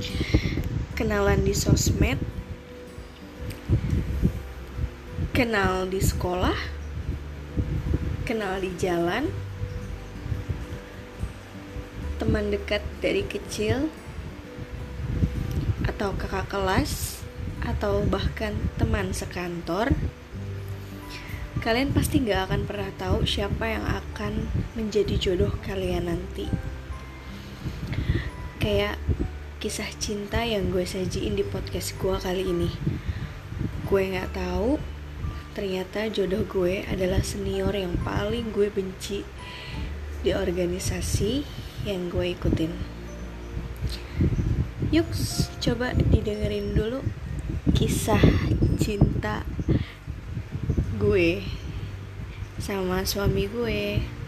kenalan di sosmed, kenal di sekolah, kenal di jalan, teman dekat dari kecil, atau kakak kelas, atau bahkan teman sekantor. Kalian pasti gak akan pernah tahu siapa yang akan menjadi jodoh kalian nanti. Kayak kisah cinta yang gue sajiin di podcast gue kali ini. Gue gak tahu ternyata jodoh gue adalah senior yang paling gue benci di organisasi yang gue ikutin. Yuk, coba didengerin dulu kisah cinta gue sama suami gue.